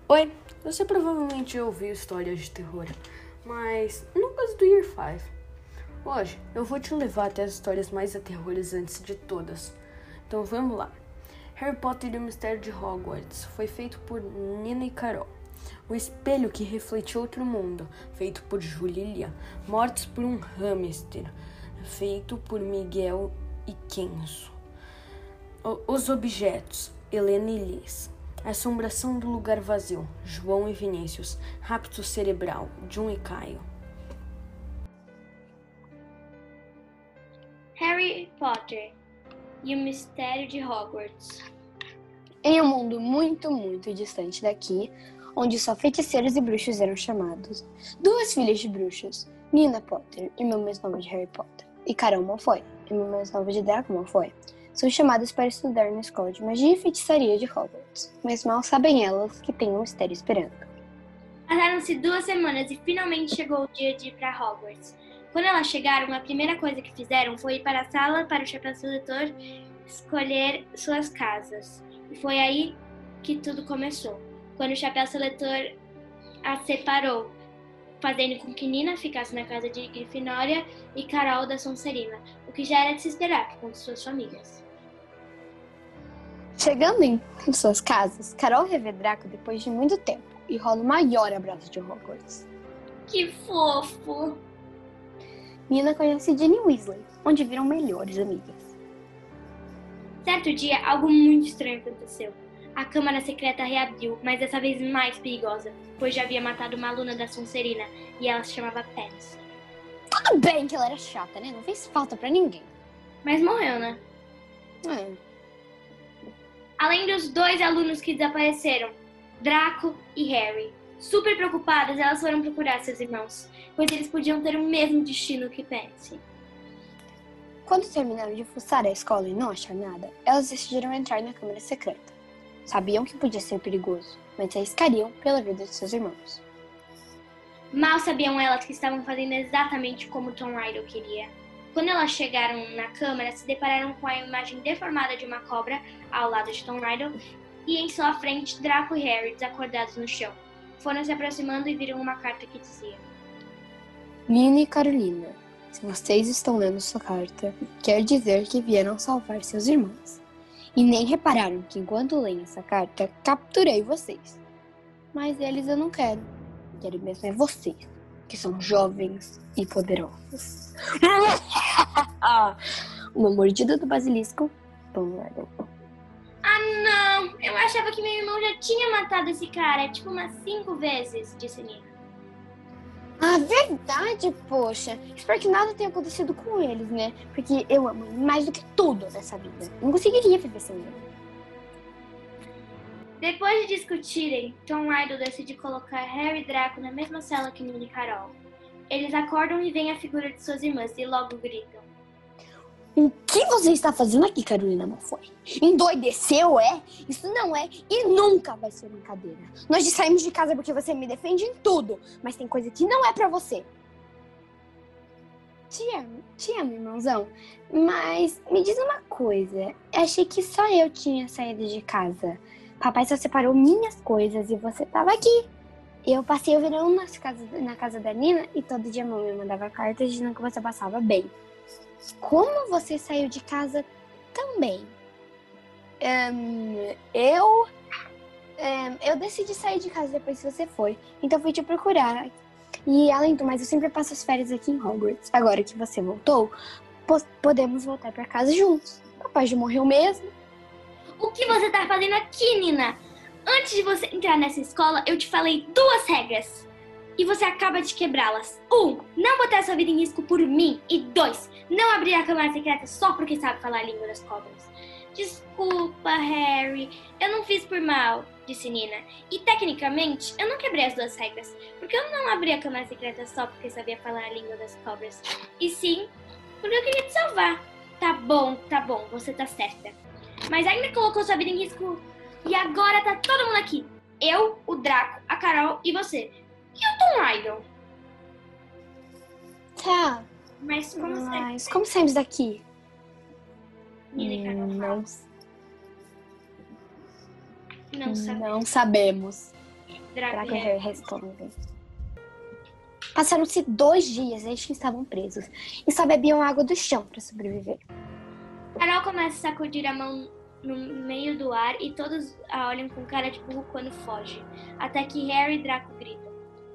Oi, você provavelmente já ouviu histórias de terror, mas nunca as do Year 5. Hoje eu vou te levar até as histórias mais aterrorizantes de todas. Então vamos lá. Harry Potter e o Mistério de Hogwarts foi feito por Nina e Carol. O Espelho que Reflete Outro Mundo, feito por Julia. Mortes por um Hamster, feito por Miguel e Kenzo. Os Objetos, Helena e Liz. Assombração do Lugar Vazio, João e Vinícius. Rapto Cerebral, Jun e Caio. Harry Potter e o Mistério de Hogwarts. Em um mundo muito, muito distante daqui, onde só feiticeiros e bruxos eram chamados, duas filhas de bruxos, Nina Potter, irmã mais nova de Harry Potter, e Carol Malfoy, irmã mais nova de Draco Malfoy, são chamadas para estudar na escola de magia e feitiçaria de Hogwarts, mas mal sabem elas que tem um mistério esperando. Passaram-se 2 semanas e finalmente chegou o dia de ir para Hogwarts. Quando elas chegaram, a primeira coisa que fizeram foi ir para a sala para o Chapéu Seletor escolher suas casas. E foi aí que tudo começou, quando o Chapéu Seletor as separou, fazendo com que Nina ficasse na casa de Grifinória e Carol da Sonserina, o que já era de se esperar com suas famílias. Chegando em suas casas, Carol revê Draco depois de muito tempo e rola o maior abraço de Hogwarts. Que fofo! Nina conhece Ginny Weasley, onde viram melhores amigas. Certo dia, algo muito estranho aconteceu. A Câmara Secreta reabriu, mas dessa vez mais perigosa, pois já havia matado uma aluna da Sonserina e ela se chamava Pansy. Tudo bem que ela era chata, né? Não fez falta pra ninguém. Mas morreu, né? Além dos 2 alunos que desapareceram, Draco e Harry. Super preocupadas, elas foram procurar seus irmãos, pois eles podiam ter o mesmo destino que Pansy. Quando terminaram de fuçar a escola e não achar nada, elas decidiram entrar na Câmara Secreta. Sabiam que podia ser perigoso, mas arriscariam pela vida de seus irmãos. Mal sabiam elas que estavam fazendo exatamente como Tom Riddle queria. Quando elas chegaram na Câmara, se depararam com a imagem deformada de uma cobra ao lado de Tom Riddle e em sua frente Draco e Harry desacordados no chão. Foram se aproximando e viram uma carta que dizia: Nina e Carolina, se vocês estão lendo sua carta, quer dizer que vieram salvar seus irmãos. E nem repararam que enquanto leem essa carta, capturei vocês. Mas eles eu não quero. Quero mesmo é vocês, que são jovens e poderosos. Uma mordida do basilisco. Ah, não! Eu achava que meu irmão já tinha matado esse cara, tipo umas 5 vezes, disse Nina. Ah, verdade, poxa. Espero que nada tenha acontecido com eles, né? Porque eu amo eles mais do que tudo nessa vida. Não conseguiria viver sem eles. Depois de discutirem, Tom Riddle decide colocar Harry e Draco na mesma cela que Nina e Carol. Eles acordam e veem a figura de suas irmãs e logo gritam: O que você está fazendo aqui, Carolina Malfoy? Endoideceu, é? Isso não é e nunca vai ser brincadeira. Nós saímos de casa porque você me defende em tudo, mas tem coisa que não é pra você. Te amo, irmãozão. Mas me diz uma coisa. Eu achei que só eu tinha saído de casa. Papai só separou minhas coisas e você tava aqui. Eu passei o verão na casa da Nina e todo dia a mamãe me mandava cartas dizendo que você passava bem. Como você saiu de casa também? Eu decidi sair de casa depois que você foi, então fui te procurar. E além do mais, eu sempre passo as férias aqui em Hogwarts. Agora que você voltou, podemos voltar pra casa juntos. Papai já morreu mesmo. O que você tá fazendo aqui, Nina? Antes de você entrar nessa escola, eu te falei 2 regras. E você acaba de quebrá-las. 1. Não botar sua vida em risco por mim. E 2. Não abrir a Câmara Secreta só porque sabe falar a língua das cobras. Desculpa, Harry. Eu não fiz por mal, disse Nina. E tecnicamente, eu não quebrei as 2 regras. Porque eu não abri a Câmara Secreta só porque sabia falar a língua das cobras. E sim, porque eu queria te salvar. Tá bom, você tá certa. Mas ainda colocou sua vida em risco. E agora tá todo mundo aqui. Eu, o Draco, a Carol e você. E o Tom Riddle? Tá. Mas como saímos daqui? Nina e Carol falam. Não sabemos. Não sabemos. Draco e Harry respondem. Passaram-se 2 dias desde que estavam presos e só bebiam água do chão para sobreviver. Carol começa a sacudir a mão no meio do ar e todos a olham com cara de burro quando foge. Até que Harry e Draco gritam.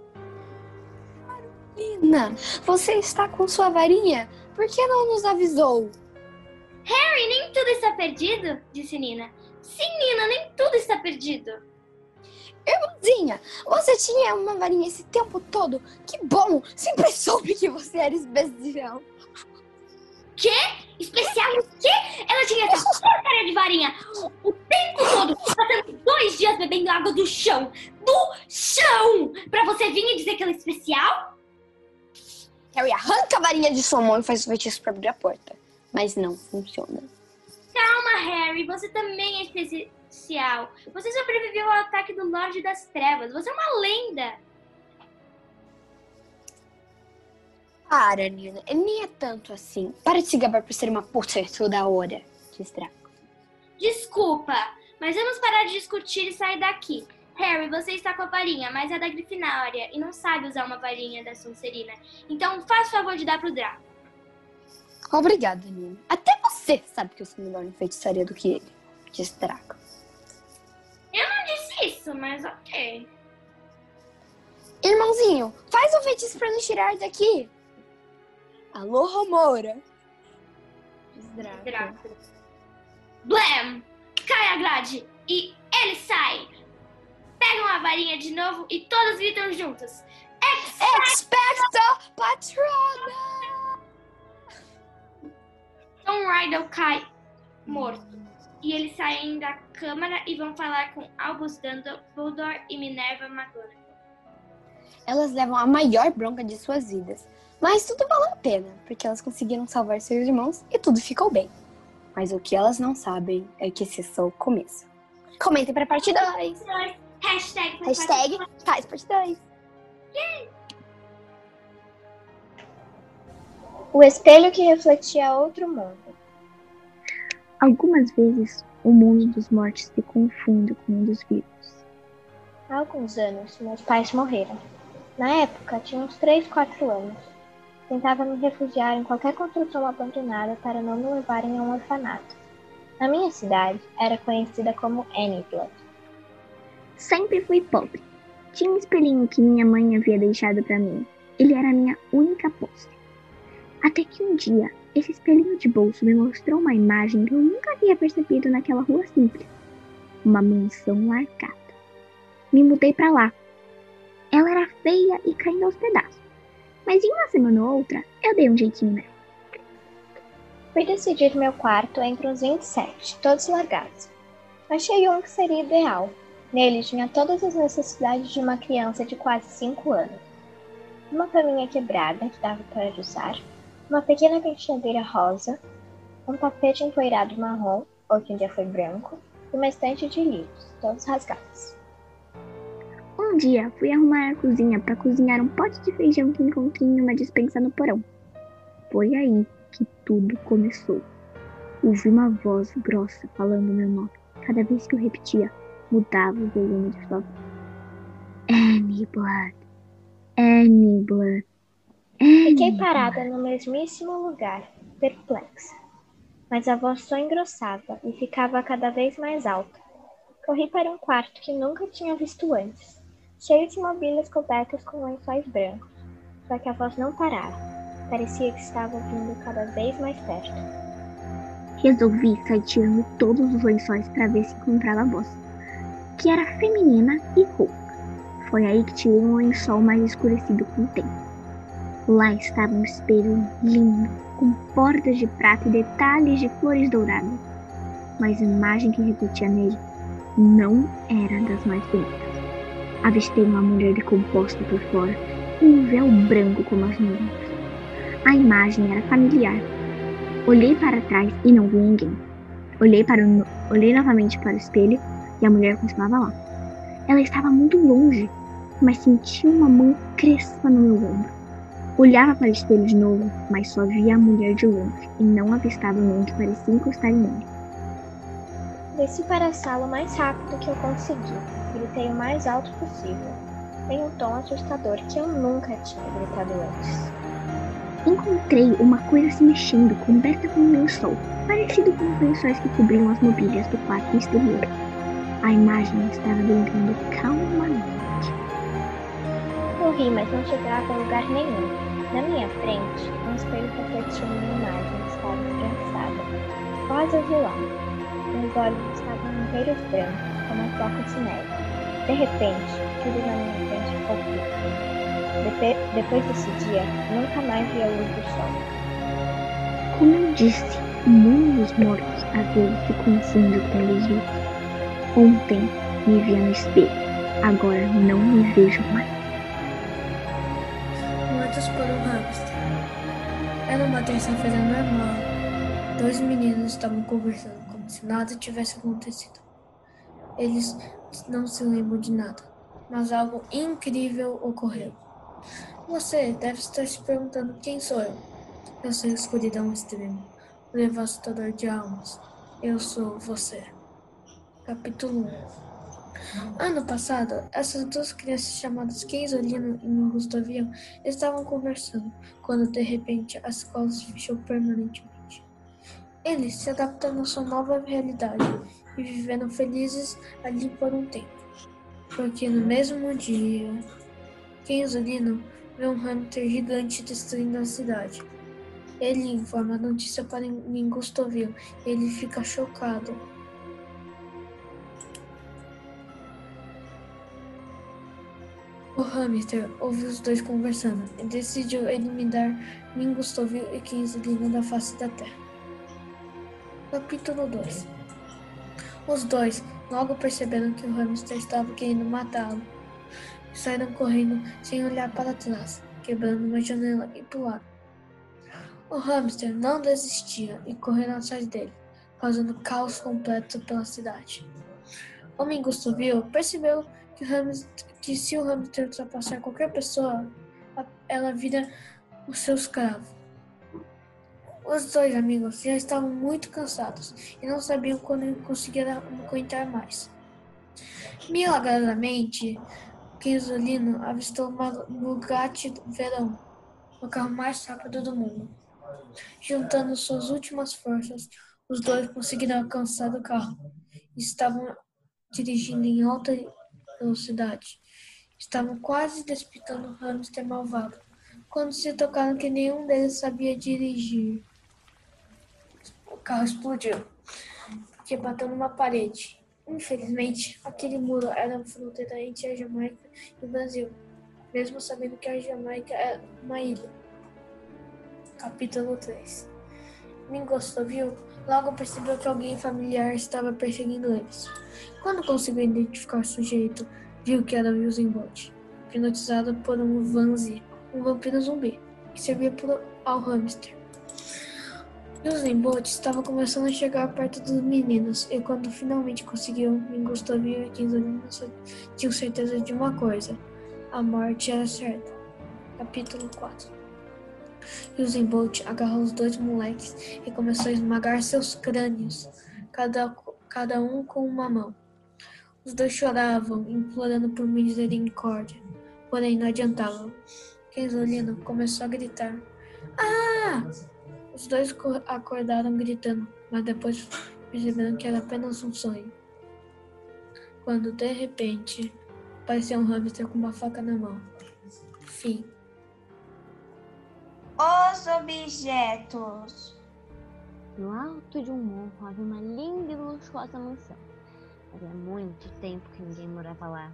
Nina, você está com sua varinha? Por que não nos avisou? Harry, nem tudo está perdido, disse Nina. Sim, Nina, nem tudo está perdido. Irmãzinha, você tinha uma varinha esse tempo todo? Que bom! Sempre soube que você era especial. Quê? Especial o quê? Ela tinha essa porcaria de varinha o tempo todo, passando 2 dias bebendo água do chão. Do chão! Pra você vir e dizer que ela é especial? Harry arranca a varinha de sua mão e faz o feitiço para abrir a porta. Mas não funciona. Calma, Harry, você também é especial. Você sobreviveu ao ataque do Lorde das Trevas. Você é uma lenda. Para, Nina. Nem é tanto assim. Para de se gabar por ser uma puta toda hora. Diz Draco. Desculpa, mas vamos parar de discutir e sair daqui. Harry, você está com a varinha, mas é da Grifinória e não sabe usar uma varinha da Sonserina. Então, faça o favor de dar pro Draco. Obrigada, Nina. Até você sabe que eu sou melhor em feitiçaria do que ele. Diz Draco. Eu não disse isso, mas ok. Irmãozinho, faz um feitiço pra nos tirar daqui. Alô, Romora. Diz Draco. Blam! Cai a grade e ele sai. Pegam a varinha de novo e todos gritam juntos. Expecto Patrona! Tom Riddle cai morto. E eles saem da câmara e vão falar com Albus Dumbledore e Minerva McGonagall. Elas levam a maior bronca de suas vidas. Mas tudo valeu a pena, porque elas conseguiram salvar seus irmãos e tudo ficou bem. Mas o que elas não sabem é que esse é só o começo. Comentem pra parte 2. Hashtag faz parte 2. O espelho que refletia outro mundo. Algumas vezes, o mundo dos mortos se confunde com o dos vivos. Há alguns anos, meus pais morreram. Na época, tinha uns 3, 4 anos. Tentava me refugiar em qualquer construção abandonada para não me levarem a um orfanato. Na minha cidade, era conhecida como Annyblood. Sempre fui pobre. Tinha um espelhinho que minha mãe havia deixado para mim. Ele era a minha única aposta. Até que um dia, esse espelhinho de bolso me mostrou uma imagem que eu nunca havia percebido naquela rua simples. Uma mansão largada. Me mudei para lá. Ela era feia e caindo aos pedaços. Mas em uma semana ou outra, eu dei um jeitinho nela. Fui decidir meu quarto entre os 27, todos largados. Achei um que seria ideal. Nele tinha todas as necessidades de uma criança de quase 5 anos. Uma caminha quebrada que dava para usar, uma pequena penteadeira rosa, um tapete empoeirado marrom, ou que um dia foi branco, e uma estante de livros, todos rasgados. Um dia fui arrumar a cozinha para cozinhar um pote de feijão que encontrei em uma despensa no porão. Foi aí que tudo começou. Ouvi uma voz grossa falando meu nome. Cada vez que eu repetia, mudava o volume de voz. Annyblood. Annyblood. Fiquei parada no mesmíssimo lugar, perplexa. Mas a voz só engrossava e ficava cada vez mais alta. Corri para um quarto que nunca tinha visto antes, cheio de mobílias cobertas com lençóis brancos. Só que a voz não parava. Parecia que estava vindo cada vez mais perto. Resolvi sair tirando todos os lençóis para ver se encontrava a voz, que era feminina e rouca. Foi aí que tirei um lençol mais escurecido com o tempo. Lá estava um espelho lindo, com bordas de prata e detalhes de flores douradas. Mas a imagem que refletia nele não era das mais bonitas. Avistei uma mulher decomposta por fora e um véu branco como as nuvens. A imagem era familiar. Olhei para trás e não vi ninguém. Olhei novamente para o espelho e a mulher continuava lá. Ela estava muito longe, mas senti uma mão crespa no meu ombro. Olhava para o espelho de novo, mas só via a mulher de longe e não avistava o homem que parecia encostar em mim. Desci para a sala o mais rápido que eu consegui. Gritei o mais alto possível, em um tom assustador que eu nunca tinha gritado antes. Encontrei uma coisa se mexendo coberta com um lençol, parecido com os lençóis que cobriam as mobílias do quarto exterior. A imagem estava brincando calmamente. Corri, mas não chegava a lugar nenhum. Na minha frente, um espelho refletia minha imagem, estava esbranquiçada, quase azulada. Meus olhos estavam inteiros brancos, como as flocos de neve. De repente, tudo na minha frente ficou preto. Depois desse dia, nunca mais vi a luz do sol. Como eu disse, o mundo dos mortos às vezes se confunde com os vivos. Ontem me via no espelho, agora não me vejo mais. Mortos por um hamster. Era uma terça-feira normal. 2 meninos estavam conversando como se nada tivesse acontecido. Eles não se lembram de nada, mas algo incrível ocorreu. Você deve estar se perguntando quem sou eu. Eu sou a escuridão extrema, o devastador de almas. Eu sou você. Capítulo 1. Ano passado, essas duas crianças chamadas Kenzolino e Gustavian estavam conversando, quando de repente a escola se fechou permanentemente. Eles se adaptaram à sua nova realidade e viveram felizes ali por um tempo. Porque no mesmo dia, Kenzolino vê um hamster gigante destruindo a cidade. Ele informa a notícia para Gustavian e ele fica chocado. O hamster ouviu os dois conversando e decidiu eliminar Gustavio e Kenzolino da face da terra. Capítulo 2. Os dois logo perceberam que o hamster estava querendo matá-lo e saíram correndo sem olhar para trás, quebrando uma janela e pularam. O hamster não desistia e correram atrás dele, causando caos completo pela cidade. O Gustavio percebeu que se o hamster ultrapassar qualquer pessoa, ela vira o seu escravo. Os dois amigos já estavam muito cansados e não sabiam quando conseguiriam aguentar mais. Milagrosamente, Kenzolino avistou uma Bugatti Veyron, o carro mais rápido do mundo. Juntando suas últimas forças, os dois conseguiram alcançar o carro. Estavam dirigindo em alta velocidade. Estavam quase despitando o hamster malvado, quando se tocaram que nenhum deles sabia dirigir. O carro explodiu, porque bateu numa parede. Infelizmente, aquele muro era a fronteira entre a Jamaica e o Brasil, mesmo sabendo que a Jamaica é uma ilha. Capítulo 3. Gustavio logo percebeu que alguém familiar estava perseguindo eles. Quando conseguiu identificar o sujeito, viu que era Usain Bolt, hipnotizado por um Vanzi, um vampiro zumbi, que servia ao hamster. Usain Bolt estava começando a chegar perto dos meninos, e quando finalmente conseguiu, Gustavio e Kenzolino tinham certeza de uma coisa: a morte era certa. Capítulo 4. Usain Bolt agarrou os dois moleques e começou a esmagar seus crânios, cada um com uma mão. Os dois choravam, implorando por misericórdia, porém não adiantava. Kenzolino começou a gritar: "Ah!" Os dois acordaram gritando, mas depois perceberam que era apenas um sonho. Quando, de repente, apareceu um hamster com uma faca na mão. Fim. Os objetos. No alto de um morro havia uma linda e luxuosa mansão. Havia muito tempo que ninguém morava lá.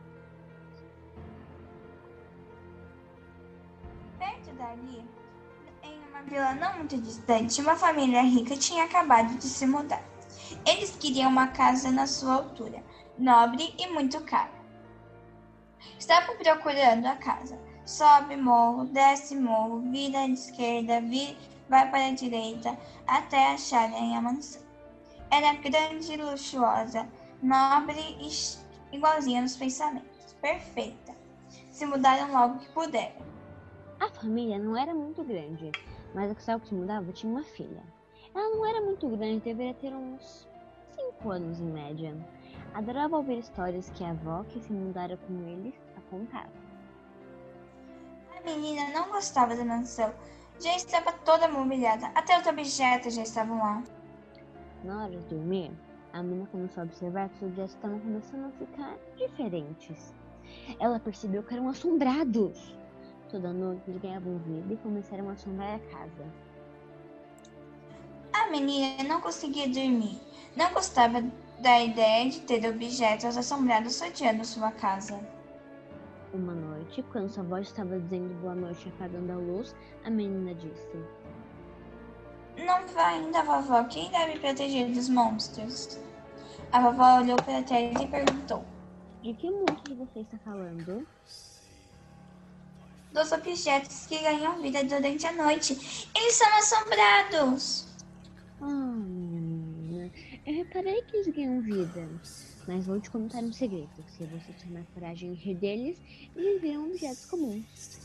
Perto dali, em uma vila não muito distante, uma família rica tinha acabado de se mudar. Eles queriam uma casa na sua altura, nobre e muito cara. Estavam procurando a casa. Sobe morro, desce morro, vira à esquerda, vai para a direita, até acharem a mansão. Era grande e luxuosa, nobre e igualzinha nos pensamentos. Perfeita. Se mudaram logo que puderam. A família não era muito grande, mas a casal que se mudava tinha uma filha. Ela não era muito grande, deveria ter uns 5 anos em média. Adorava ouvir histórias que a avó, que se mudara com eles, a contava. A menina não gostava da mansão. Já estava toda mobiliada, até os objetos já estavam lá. Na hora de dormir, a menina começou a observar que os objetos estavam começando a ficar diferentes. Ela percebeu que eram assombrados. Toda noite eles ganhavam vida e começaram a assombrar a casa. A menina não conseguia dormir. Não gostava da ideia de ter objetos assombrados rodeando sua casa. Uma noite, quando sua avó estava dizendo boa noite e apagando a luz, a menina disse: Não vai ainda, vovó. Quem deve proteger dos monstros? A vovó olhou para trás e perguntou: De que monstro você está falando? Dos objetos que ganham vida durante a noite. Eles são assombrados. Minha menina, eu reparei que eles ganham vida. Mas vou te contar um segredo. Se você tomar coragem e rir deles, eles viram objetos comuns.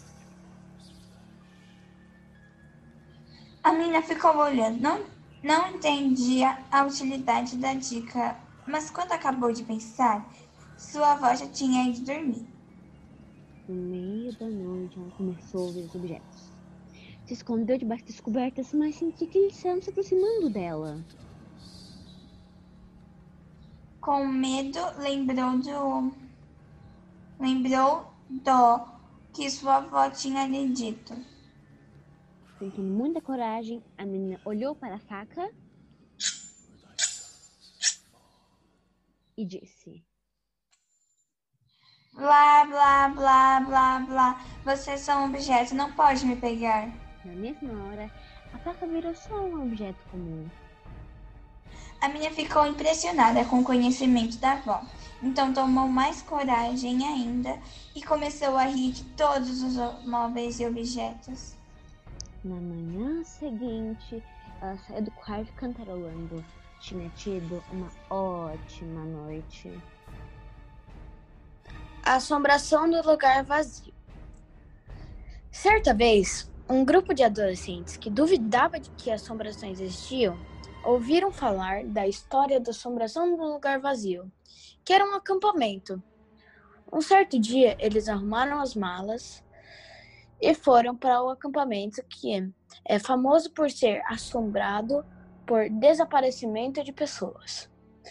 A menina ficou olhando. Não entendia a utilidade da dica. Mas quando acabou de pensar, sua avó já tinha ido dormir. No meio da noite, ela começou a ver os objetos. Se escondeu debaixo das cobertas, mas sentiu que eles estavam se aproximando dela. Com medo, lembrou do que sua avó tinha lhe dito. Sentindo muita coragem, a menina olhou para a faca e disse: Blá, blá, blá, blá, blá. Vocês são objetos, não pode me pegar. Na mesma hora, a faca virou só um objeto comum. A menina ficou impressionada com o conhecimento da avó. Então tomou mais coragem ainda e começou a rir de todos os móveis e objetos. Na manhã seguinte, ela saiu do quarto cantarolando. Tinha tido uma ótima noite. A assombração do lugar vazio. Certa vez, um grupo de adolescentes que duvidava de que assombrações existiam ouviram falar da história da assombração do lugar vazio, que era um acampamento. Um certo dia, eles arrumaram as malas e foram para o acampamento, que é famoso por ser assombrado por desaparecimento de pessoas.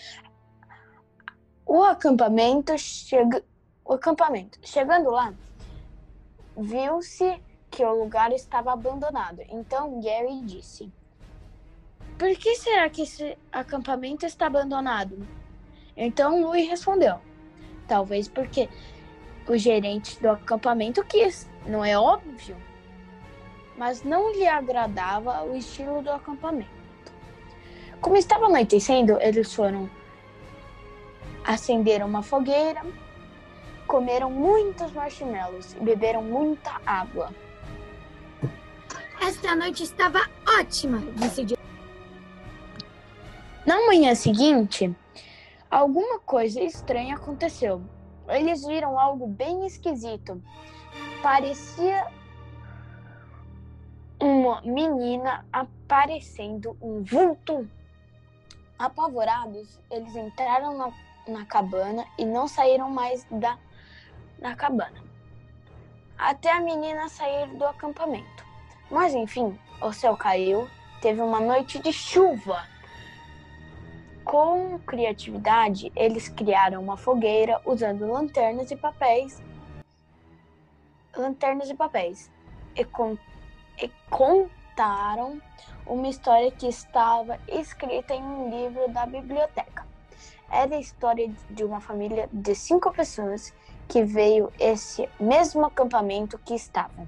O acampamento, chegando lá, viu-se que o lugar estava abandonado. Então Gary disse: Por que será que esse acampamento está abandonado? Então Louie respondeu: Talvez porque o gerente do acampamento quis, não é óbvio? Mas não lhe agradava o estilo do acampamento. Como estava anoitecendo, eles foram acender uma fogueira, comeram muitos marshmallows e beberam muita água. Esta noite estava ótima, disse o Na manhã seguinte, alguma coisa estranha aconteceu. Eles viram algo bem esquisito. Parecia uma menina aparecendo, um vulto. Apavorados, eles entraram na cabana e não saíram mais da cabana, até a menina sair do acampamento. Mas enfim, o céu caiu, teve uma noite de chuva. Com criatividade, eles criaram uma fogueira usando lanternas e papéis e contaram uma história que estava escrita em um livro da biblioteca. Era a história de uma família de 5 pessoas que veio esse mesmo acampamento que estavam.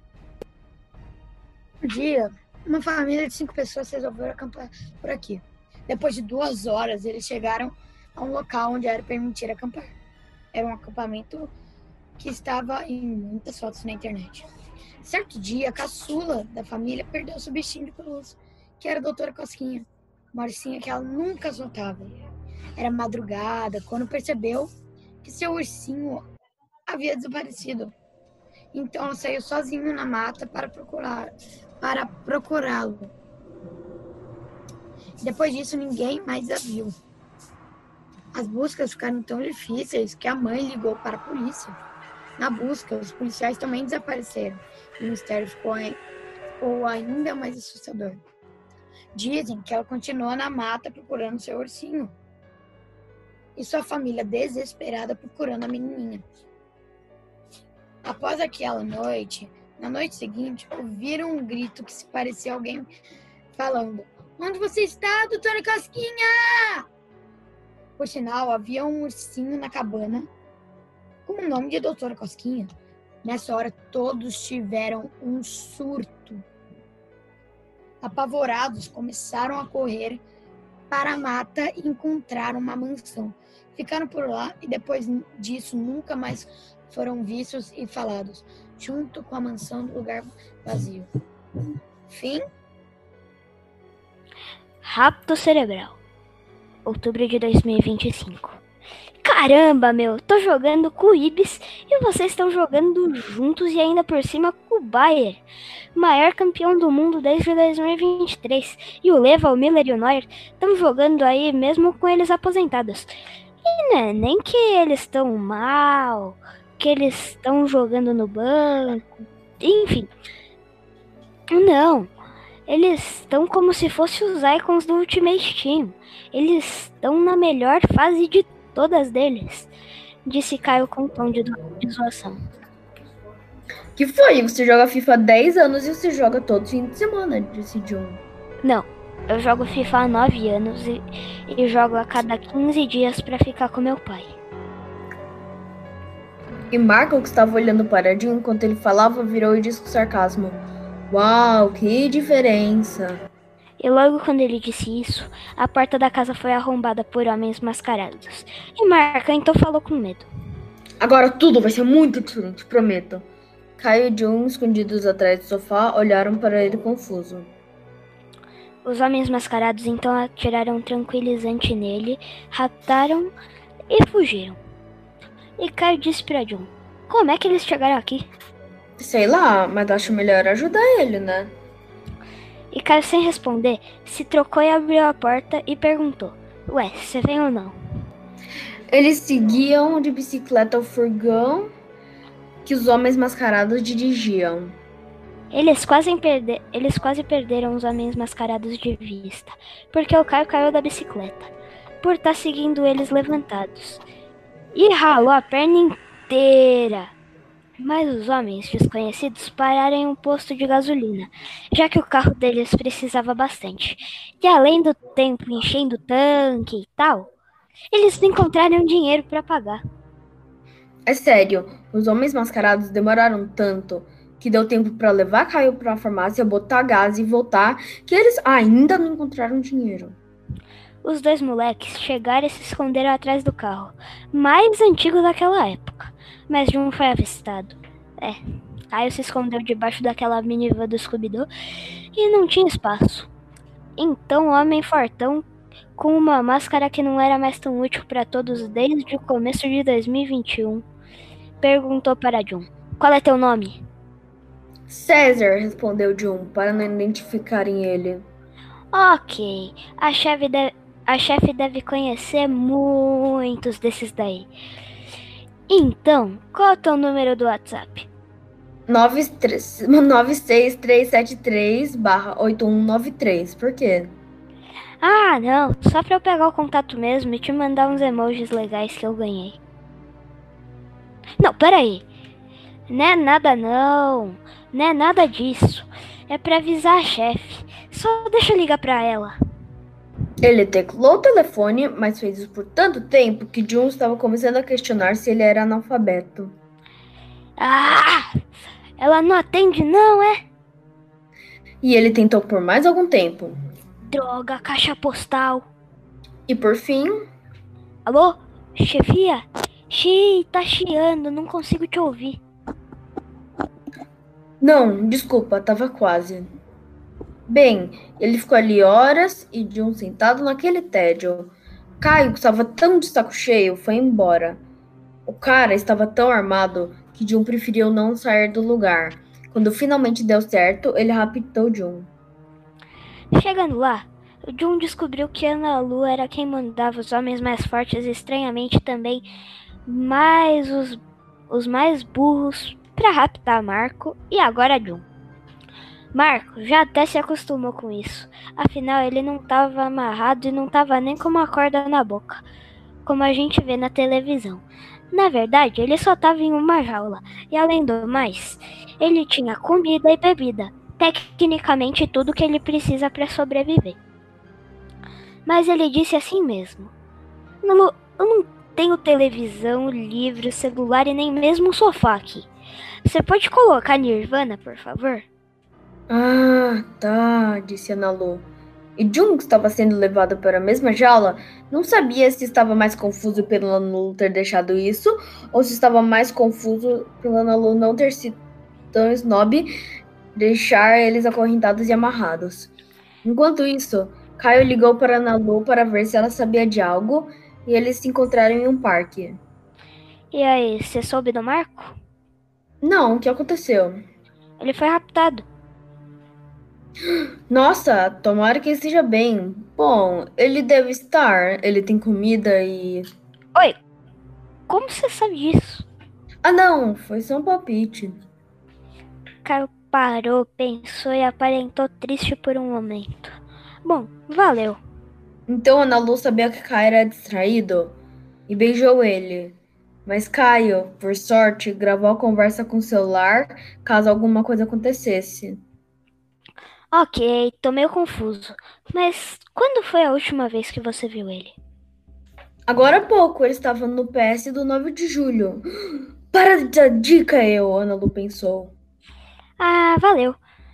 Um dia, uma família de 5 pessoas resolveu acampar por aqui. Depois de 2 horas, eles chegaram a um local onde era permitido acampar. Era um acampamento que estava em muitas fotos na internet. Certo dia, a caçula da família perdeu seu bichinho de pelúcia, que era a doutora Cosquinha, uma ursinha que ela nunca soltava. Era madrugada quando percebeu que seu ursinho havia desaparecido. Então ela saiu sozinha na mata para procurá-lo. Depois disso, ninguém mais a viu. As buscas ficaram tão difíceis que a mãe ligou para a polícia. Na busca, os policiais também desapareceram. O mistério ficou ainda mais assustador. Dizem que ela continuou na mata procurando seu ursinho. E sua família desesperada procurando a menininha. Após aquela noite, na noite seguinte, ouviram um grito que se parecia alguém falando: "Onde você está, doutora Cosquinha?" Por sinal, havia um ursinho na cabana com o nome de doutora Cosquinha. Nessa hora, todos tiveram um surto. Apavorados, começaram a correr para a mata e encontraram uma mansão. Ficaram por lá e depois disso nunca mais foram vistos e falados, junto com a mansão do lugar vazio. Fim. Rapto cerebral. Outubro de 2025. Caramba, meu, tô jogando com o Ibis e vocês estão jogando juntos e ainda por cima com o Bayern, maior campeão do mundo desde 2023. E o Leva, o Miller e o Neuer estão jogando aí mesmo com eles aposentados. E não é nem que eles estão mal, que eles estão jogando no banco, enfim. Não, eles estão como se fossem os icons do Ultimate Team. Eles estão na melhor fase de todas deles, disse Caio com um tom de zoação. Que foi? Você joga FIFA há 10 anos e você joga todo fim de semana, disse John. Não, eu jogo FIFA há 9 anos e jogo a cada 15 dias pra ficar com meu pai. E Marco, que estava olhando para John enquanto ele falava, virou e disse com sarcasmo: "Uau, que diferença!" E logo quando ele disse isso, a porta da casa foi arrombada por homens mascarados. E Marco então falou com medo. "Agora tudo vai ser muito diferente, prometo." Caio e John, escondidos atrás do sofá, olharam para ele confuso. Os homens mascarados então atiraram um tranquilizante nele, raptaram e fugiram. E Caio disse para John: "Como é que eles chegaram aqui?" "Sei lá, mas acho melhor ajudar ele, né?" E Caio, sem responder, se trocou e abriu a porta e perguntou: "Ué, você vem ou não?" Eles seguiam de bicicleta o furgão que os homens mascarados dirigiam. Eles quase perderam os homens mascarados de vista, porque o Caio caiu da bicicleta, por estar seguindo eles levantados, e ralou a perna inteira. Mas os homens desconhecidos pararam em um posto de gasolina, já que o carro deles precisava bastante. E além do tempo enchendo o tanque e tal, eles não encontraram dinheiro para pagar. É sério, os homens mascarados demoraram tanto que deu tempo para levar Caio para a farmácia, botar gás e voltar, que eles ainda não encontraram dinheiro. Os dois moleques chegaram e se esconderam atrás do carro, mais antigo daquela época. Mas John foi avistado. Caio se escondeu debaixo daquela minivan do Scooby-Doo e não tinha espaço. Então o homem fortão, com uma máscara que não era mais tão útil para todos desde o começo de 2021, perguntou para John: "Qual é teu nome?" "César", respondeu John, para não identificarem ele. Ok, a chefe deve conhecer muitos desses daí. Então, qual é o teu número do WhatsApp? 96373/8193. Por quê? Ah, não. Só pra eu pegar o contato mesmo e te mandar uns emojis legais que eu ganhei. Não, peraí. Não é nada não. Não é nada disso. É pra avisar a chefe. Só deixa eu ligar pra ela. Ele teclou o telefone, mas fez isso por tanto tempo que John estava começando a questionar se ele era analfabeto. Ah! Ela não atende não, é? E ele tentou por mais algum tempo. Droga, caixa postal. E por fim... Alô? Chefia? Xiii, tá chiando, não consigo te ouvir. Não, desculpa, tava quase. Bem, ele ficou ali horas e John sentado naquele tédio. Caio, que estava tão de saco cheio, foi embora. O cara estava tão armado que John preferiu não sair do lugar. Quando finalmente deu certo, ele raptou John. Chegando lá, Jun descobriu que Ana Lu era quem mandava os homens mais fortes e estranhamente também os mais burros para raptar Marco e agora Jun. Marco já até se acostumou com isso, afinal ele não estava amarrado e não estava nem com uma corda na boca, como a gente vê na televisão. Na verdade, ele só estava em uma jaula, e além do mais, ele tinha comida e bebida, tecnicamente tudo que ele precisa para sobreviver. Mas ele disse assim mesmo: eu não tenho televisão, livro, celular e nem mesmo um sofá aqui. Você pode colocar Nirvana, por favor? Ah, tá, disse Ana Lu. E Jun, que estava sendo levado para a mesma jaula, não sabia se estava mais confuso pela Ana Lu ter deixado isso, ou se estava mais confuso pela Ana Lu não ter sido tão snob, deixar eles acorrentados e amarrados. Enquanto isso, Caio ligou para Ana Lu para ver se ela sabia de algo, e eles se encontraram em um parque. E aí, você soube do Marco? Não, o que aconteceu? Ele foi raptado. Nossa, tomara que ele esteja bem. Bom, ele deve estar. Ele tem comida e... Oi, como você sabe disso? Ah, não, foi só um palpite. Caio parou, pensou e aparentou triste por um momento. Bom, valeu. Então Ana Lu sabia que Caio era distraído e beijou ele. Mas Caio, por sorte, gravou a conversa com o celular caso alguma coisa acontecesse. Ok, tô meio confuso. Mas quando foi a última vez que você viu ele? Agora há pouco, ele estava no PS do 9 de julho. Para de dar dica, Ana Lu pensou. Ah, valeu.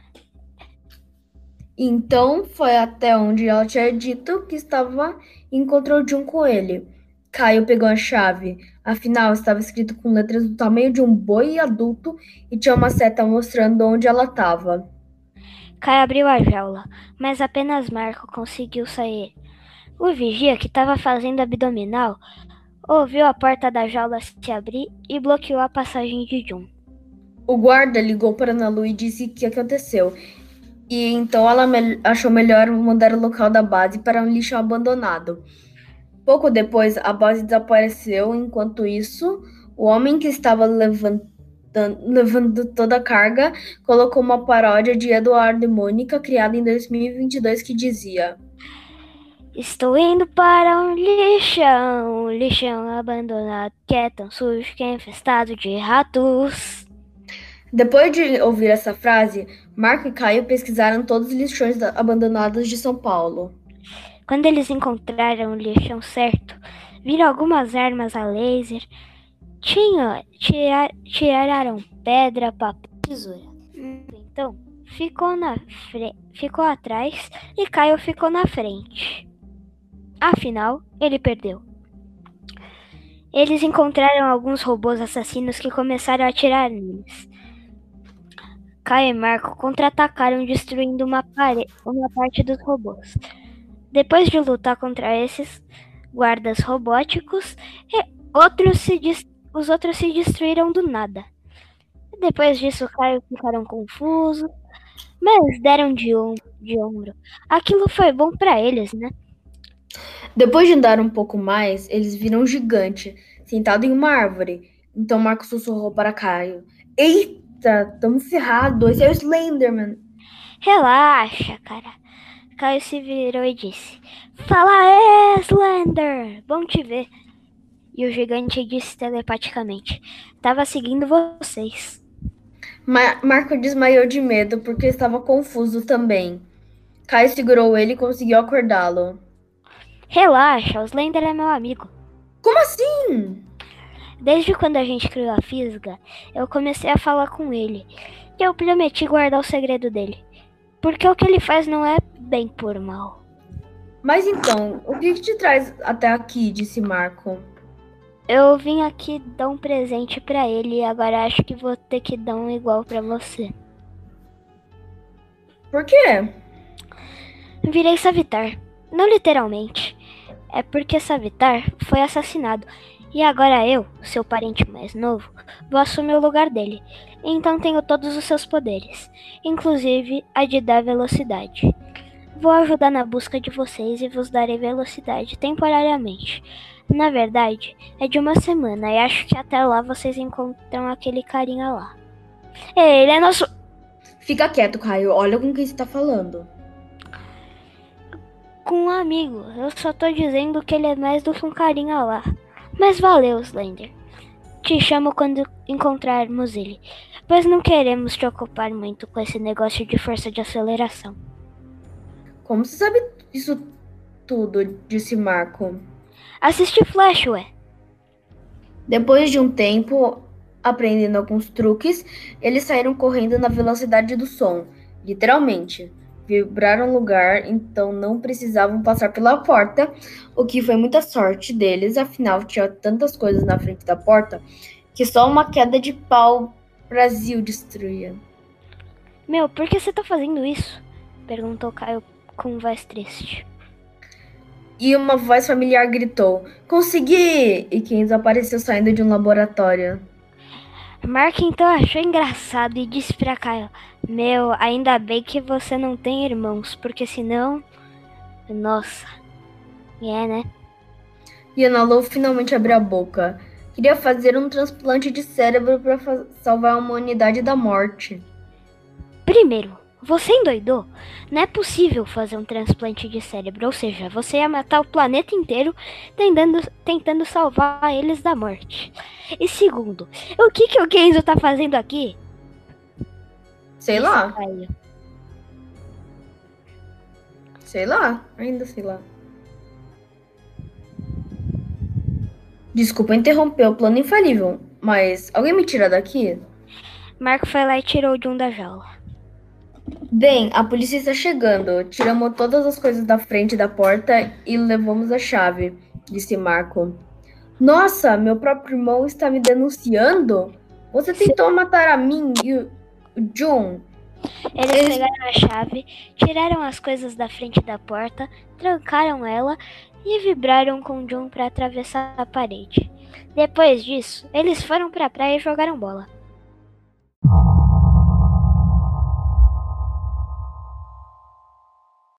Então foi até onde ela tinha dito que estava e encontrou Jun com ele. Caio pegou a chave. Afinal, estava escrito com letras do tamanho de um boi adulto e tinha uma seta mostrando onde ela estava. Caio abriu a jaula, mas apenas Marco conseguiu sair. O vigia, que estava fazendo abdominal, ouviu a porta da jaula se abrir e bloqueou a passagem de Jun. O guarda ligou para Ana Lu e disse o que aconteceu. E então ela achou melhor mandar o local da base para um lixo abandonado. Pouco depois, a base desapareceu. Enquanto isso, o homem que estava levando toda a carga colocou uma paródia de Eduardo e Mônica, criada em 2022, que dizia: Estou indo para um lixão abandonado, que é tão sujo que é infestado de ratos. Depois de ouvir essa frase, Marco e Caio pesquisaram todos os lixões abandonados de São Paulo. Quando eles encontraram o lixão certo, viram algumas armas a laser, tiraram pedra, papel e tesoura. Então, ficou atrás e Caio ficou na frente. Afinal, ele perdeu. Eles encontraram alguns robôs assassinos que começaram a atirar neles. Caio e Marco contra-atacaram, destruindo uma parte dos robôs. Depois de lutar contra esses guardas robóticos, os outros se destruíram do nada. Depois disso, Caio ficaram confusos, mas deram de ombro. Aquilo foi bom para eles, né? Depois de andar um pouco mais, eles viram um gigante sentado em uma árvore. Então Marco sussurrou para Caio: Eita, tamo ferrado, esse é o Slenderman. Relaxa, cara. Caio se virou e disse: Fala, Slender! Bom te ver. E o gigante disse telepaticamente: Tava seguindo vocês. Marco desmaiou de medo porque estava confuso também. Caio segurou ele e conseguiu acordá-lo. Relaxa, o Slender é meu amigo. Como assim? Desde quando a gente criou a Fisga, eu comecei a falar com ele. E eu prometi guardar o segredo dele. Porque o que ele faz não é bem por mal. Mas então, o que te traz até aqui? Disse Marco. Eu vim aqui dar um presente pra ele e agora acho que vou ter que dar um igual pra você. Por quê? Virei Savitar. Não literalmente. É porque Savitar foi assassinado. E agora eu, seu parente mais novo, vou assumir o lugar dele. Então tenho todos os seus poderes, inclusive a de dar velocidade. Vou ajudar na busca de vocês e vos darei velocidade temporariamente. Na verdade, é de uma semana e acho que até lá vocês encontram aquele carinha lá. Ele é nosso... Fica quieto, Caio. Olha com quem você tá falando. Com um amigo. Eu só tô dizendo que ele é mais do que um carinha lá. Mas valeu, Slender. Te chamo quando encontrarmos ele, pois não queremos te ocupar muito com esse negócio de força de aceleração. Como você sabe isso tudo? Disse Marco. Assiste Flash, ué. Depois de um tempo, aprendendo alguns truques, eles saíram correndo na velocidade do som. Literalmente. Vibraram o lugar, então não precisavam passar pela porta, o que foi muita sorte deles, afinal tinha tantas coisas na frente da porta que só uma queda de pau Brasil destruía. Meu, por que você tá fazendo isso? Perguntou Caio com voz triste. E uma voz familiar gritou: "Consegui!" E Kenzo apareceu saindo de um laboratório. Mark então achou engraçado e disse pra Caio: Meu, ainda bem que você não tem irmãos, porque senão... Nossa. Né? E Ana Lou finalmente abriu a boca. Queria fazer um transplante de cérebro para salvar a humanidade da morte. Primeiro, você endoidou? Não é possível fazer um transplante de cérebro, ou seja, você ia matar o planeta inteiro tentando salvar eles da morte. E segundo, o que o Kenzo tá fazendo aqui? Sei lá. Caio. Sei lá, ainda sei lá. Desculpa interromper o plano infalível, mas alguém me tira daqui? Marco foi lá e tirou Jun da jaula. Bem, a polícia está chegando. Tiramos todas as coisas da frente da porta e levamos a chave, disse Marco. Nossa, meu próprio irmão está me denunciando? Você tentou matar a mim e o Jun. Eles pegaram a chave, tiraram as coisas da frente da porta, trancaram ela e vibraram com Jun para atravessar a parede. Depois disso, eles foram para a praia e jogaram bola.